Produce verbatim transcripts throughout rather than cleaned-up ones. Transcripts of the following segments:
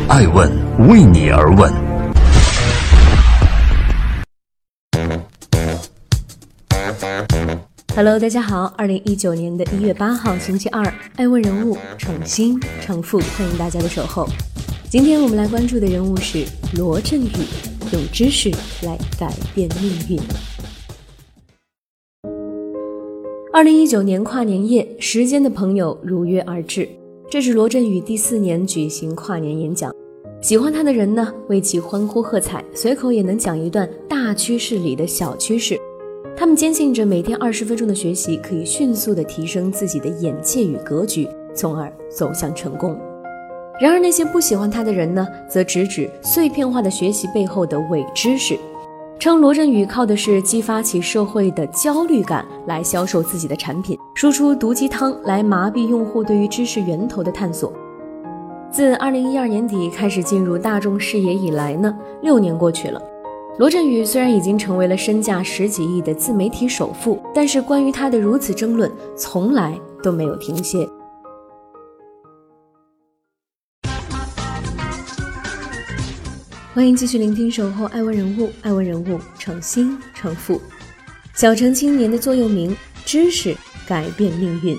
爱问为你而问。 Hello， 大家好，二零一九年的一月八号星期二，爱问人物诚心诚腹，欢迎大家的守候。今天我们来关注的人物是罗振宇，用知识来改变命运。二零一九年跨年夜，时间的朋友如约而至，这是罗振宇第四年举行跨年演讲。喜欢他的人呢，为其欢呼喝彩，随口也能讲一段大趋势里的小趋势。他们坚信着每天二十分钟的学习可以迅速地提升自己的眼界与格局，从而走向成功。然而那些不喜欢他的人呢，则直指碎片化的学习背后的伪知识，称罗振宇靠的是激发起社会的焦虑感来销售自己的产品，输出毒鸡汤来麻痹用户对于知识源头的探索。自二零一二年底开始进入大众视野以来呢，六年过去了。罗振宇虽然已经成为了身价十几亿的自媒体首富，但是关于他的如此争论从来都没有停歇。欢迎继续聆听守候爱问人物，爱问人物诚心诚腹。小城青年的座右铭：知识改变命运。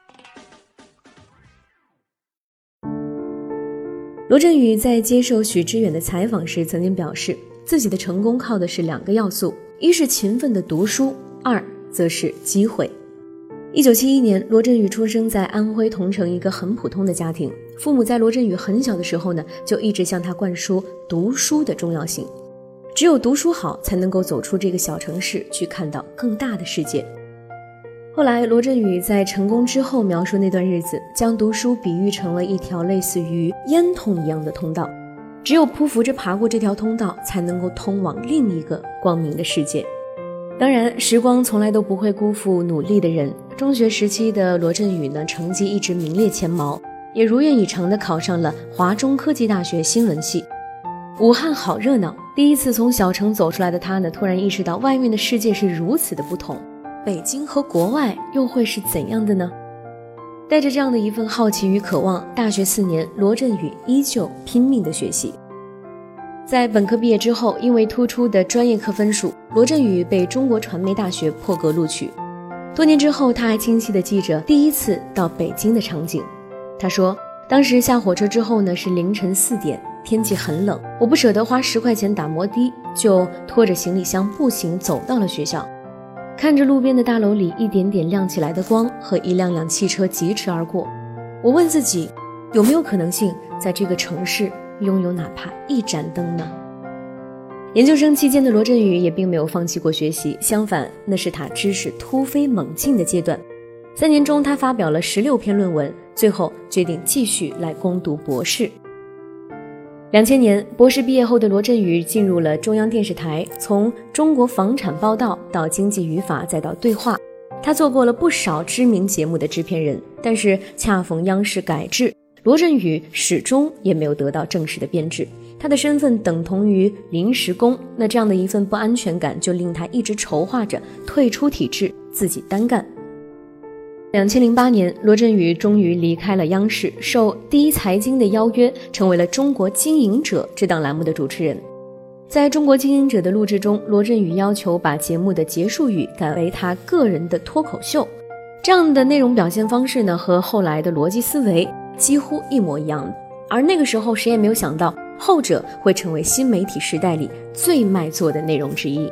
罗振宇在接受许知远的采访时曾经表示，自己的成功靠的是两个要素，一是勤奋的读书，二则是机会。一九七一年，罗振宇出生在安徽桐城一个很普通的家庭，父母在罗振宇很小的时候呢，就一直向他灌输读书的重要性。只有读书好，才能够走出这个小城市，去看到更大的世界。后来罗振宇在成功之后描述那段日子，将读书比喻成了一条类似于烟筒一样的通道，只有匍匐着爬过这条通道，才能够通往另一个光明的世界。当然，时光从来都不会辜负努力的人。中学时期的罗振宇呢，成绩一直名列前茅，也如愿以偿地考上了华中科技大学新闻系。武汉好热闹，第一次从小城走出来的他呢，突然意识到外面的世界是如此的不同，北京和国外又会是怎样的呢？带着这样的一份好奇与渴望，大学四年，罗振宇依旧拼命的学习。在本科毕业之后，因为突出的专业课分数，罗振宇被中国传媒大学破格录取。多年之后，他还清晰地记着第一次到北京的场景。他说，当时下火车之后呢，是凌晨四点，天气很冷，我不舍得花十块钱打摩的，就拖着行李箱步行走到了学校。看着路边的大楼里一点点亮起来的光和一辆辆汽车疾驰而过，我问自己，有没有可能性在这个城市拥有哪怕一盏灯呢？研究生期间的罗振宇也并没有放弃过学习，相反，那是他知识突飞猛进的阶段。三年中，他发表了十六篇论文，最后决定继续来攻读博士。两千年，博士毕业后的罗振宇进入了中央电视台，从中国房产报道到经济语法再到对话，他做过了不少知名节目的制片人。但是恰逢央视改制，罗振宇始终也没有得到正式的编制，他的身份等同于临时工。那这样的一份不安全感就令他一直筹划着退出体制，自己单干。两千零八年，罗振宇终于离开了央视，受第一财经的邀约，成为了中国经营者这档栏目的主持人。在中国经营者的录制中，罗振宇要求把节目的结束语改为他个人的脱口秀，这样的内容表现方式呢，和后来的逻辑思维几乎一模一样。而那个时候谁也没有想到，后者会成为新媒体时代里最卖座的内容之一。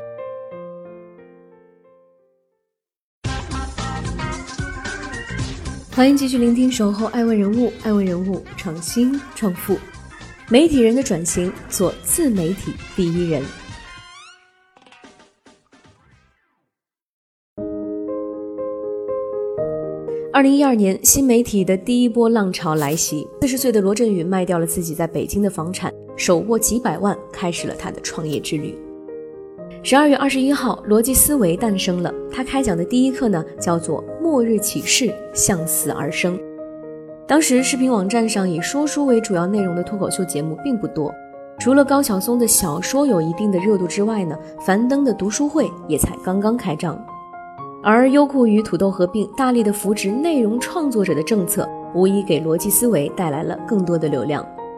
欢迎继续聆听守候爱问人物，爱问人物诚心诚腹。媒体人的转型，做自媒体第一人。二零一二年，新媒体的第一波浪潮来袭，四十岁的罗振宇卖掉了自己在北京的房产，手握几百万，开始了他的创业之旅。十二月二十一号，逻辑思维诞生了。他开讲的第一课呢，叫做《末日启示：向死而生》。当时视频网站上以说书为主要内容的脱口秀节目并不多，除了高晓松的小说有一定的热度之外呢，樊登的读书会也才刚刚开张。而优酷与土豆合并，大力的扶植内容创作者的政策，无疑给逻辑思维带来了更多的流量。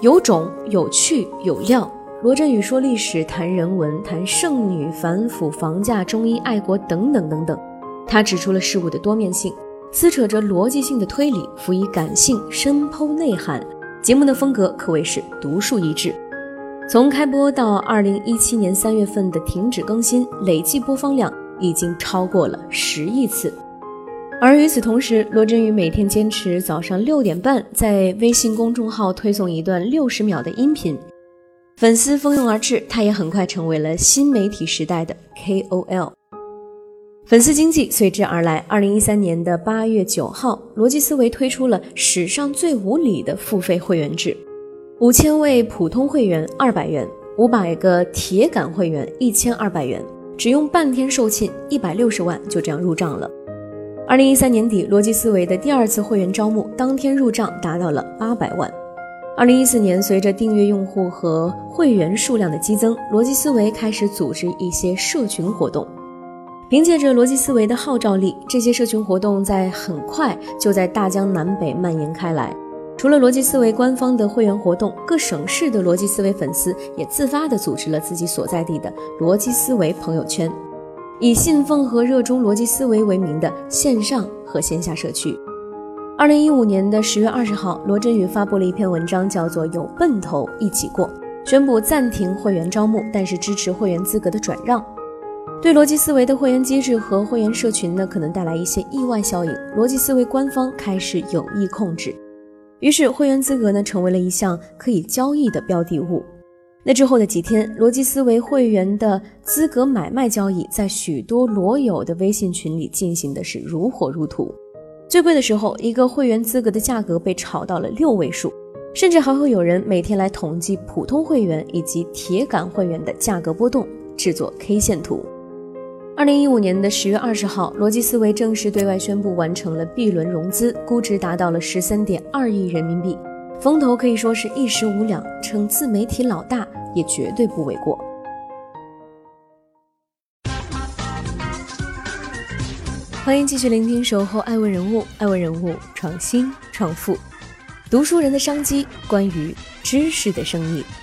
有种、有趣、有料。罗振宇说历史，谈人文，谈剩女、反腐、房价、中医、爱国等等等等。他指出了事物的多面性，撕扯着逻辑性的推理，辅以感性，深剖内涵。节目的风格可谓是独树一帜。从开播到二零一七年三月份的停止更新，累计播放量已经超过了十亿次。而与此同时，罗振宇每天坚持早上六点半在微信公众号推送一段六十秒的音频，粉丝蜂拥而至，他也很快成为了新媒体时代的 K O L。 粉丝经济随之而来。二零一三年的八月九号，逻辑思维推出了史上最无理的付费会员制，五千位普通会员二百元，五百个铁杆会员一千二百元，只用半天售罄，一百六十万就这样入账了。二零一三年底，逻辑思维的第二次会员招募，当天入账达到了八百万。二零一四年，随着订阅用户和会员数量的激增，逻辑思维开始组织一些社群活动。凭借着逻辑思维的号召力，这些社群活动在很快就在大江南北蔓延开来。除了逻辑思维官方的会员活动，各省市的逻辑思维粉丝也自发地组织了自己所在地的逻辑思维朋友圈，以信奉和热衷逻辑思维为名的线上和线下社区。二零一五年的十月二十号，罗振宇发布了一篇文章，叫做《有奔头一起过》，宣布暂停会员招募，但是支持会员资格的转让。对逻辑思维的会员机制和会员社群呢，可能带来一些意外效应，逻辑思维官方开始有意控制，于是会员资格呢成为了一项可以交易的标的物。那之后的几天，逻辑思维会员的资格买卖交易在许多裸友的微信群里进行的是如火如荼。最贵的时候，一个会员资格的价格被炒到了六位数，甚至还会有人每天来统计普通会员以及铁杆会员的价格波动，制作 K 线图。二零一五年的十月二十号，逻辑思维正式对外宣布完成了 B 轮融资，估值达到了 十三点二亿人民币，风头可以说是一时无两，称自媒体老大也绝对不为过。欢迎继续聆听守候爱问人物，爱问人物创新创富，读书人的商机，关于知识的生意。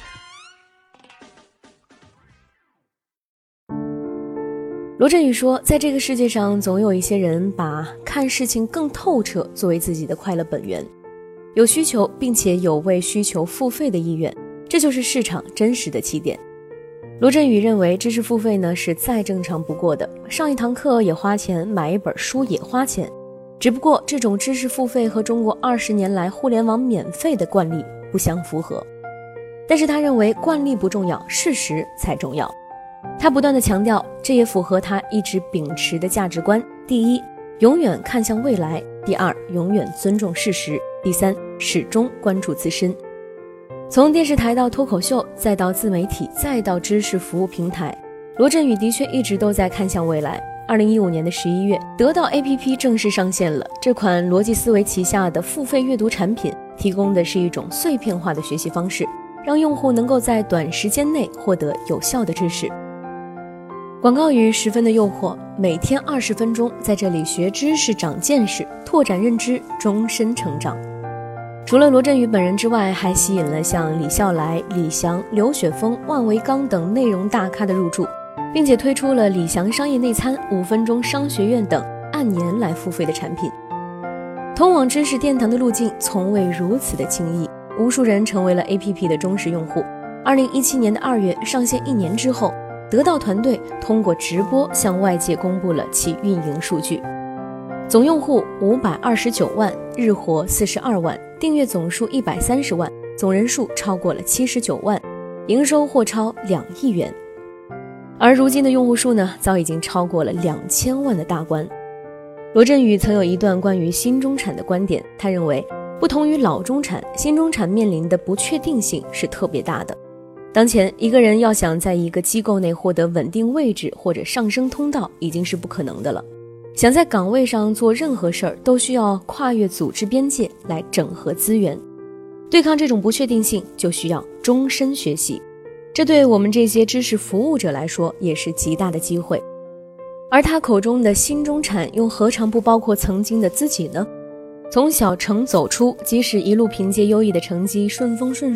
罗振宇说，在这个世界上总有一些人把看事情更透彻作为自己的快乐本源，有需求并且有为需求付费的意愿，这就是市场真实的起点。罗振宇认为知识付费呢是再正常不过的，上一堂课也花钱，买一本书也花钱，只不过这种知识付费和中国二十年来互联网免费的惯例不相符合。但是他认为惯例不重要，事实才重要。他不断地强调，这也符合他一直秉持的价值观：第一，永远看向未来；第二，永远尊重事实；第三，始终关注自身。从电视台到脱口秀，再到自媒体，再到知识服务平台，罗振宇的确一直都在看向未来。二零一五年的十一月，得到 A P P 正式上线了。这款逻辑思维旗下的付费阅读产品，提供的是一种碎片化的学习方式，让用户能够在短时间内获得有效的知识。广告语十分的诱惑，每天二十分钟，在这里学知识、长见识，拓展认知，终身成长。除了罗振宇本人之外，还吸引了像李笑来、李翔、刘雪峰、万维钢等内容大咖的入驻，并且推出了李翔商业内参、五分钟商学院等按年来付费的产品。通往知识殿堂的路径从未如此的轻易，无数人成为了 A P P 的忠实用户。二零一七年的二月上线一年之后，得到团队通过直播向外界公布了其运营数据，总用户五百二十九万，日活四十二万，订阅总数一百三十万，总人数超过了七十九万，营收或超两亿元。而如今的用户数呢，早已经超过了两千万的大关。罗振宇曾有一段关于新中产的观点，他认为不同于老中产，新中产面临的不确定性是特别大的。当前一个人要想在一个机构内获得稳定位置或者上升通道已经是不可能的了，想在岗位上做任何事儿都需要跨越组织边界来整合资源，对抗这种不确定性就需要终身学习，这对我们这些知识服务者来说也是极大的机会。而他口中的新中产又何尝不包括曾经的自己呢？从小城走出，即使一路凭借优异的成绩顺风顺水，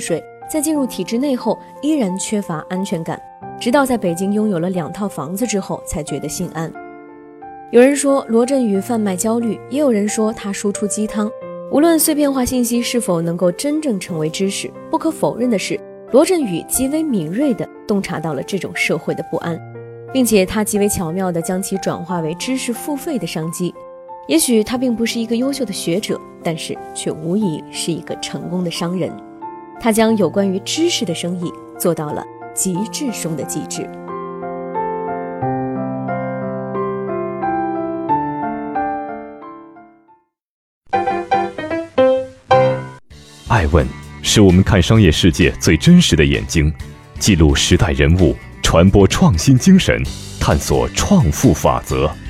在进入体制内后依然缺乏安全感，直到在北京拥有了两套房子之后才觉得心安。有人说罗振宇贩卖焦虑，也有人说他输出鸡汤。无论碎片化信息是否能够真正成为知识，不可否认的是，罗振宇极为敏锐地洞察到了这种社会的不安，并且他极为巧妙地将其转化为知识付费的商机。也许他并不是一个优秀的学者，但是却无疑是一个成功的商人。他将有关于知识的生意做到了极致中的极致。 爱问是我们看商业世界最真实的眼睛，记录时代人物，传播创新精神，探索创富法则。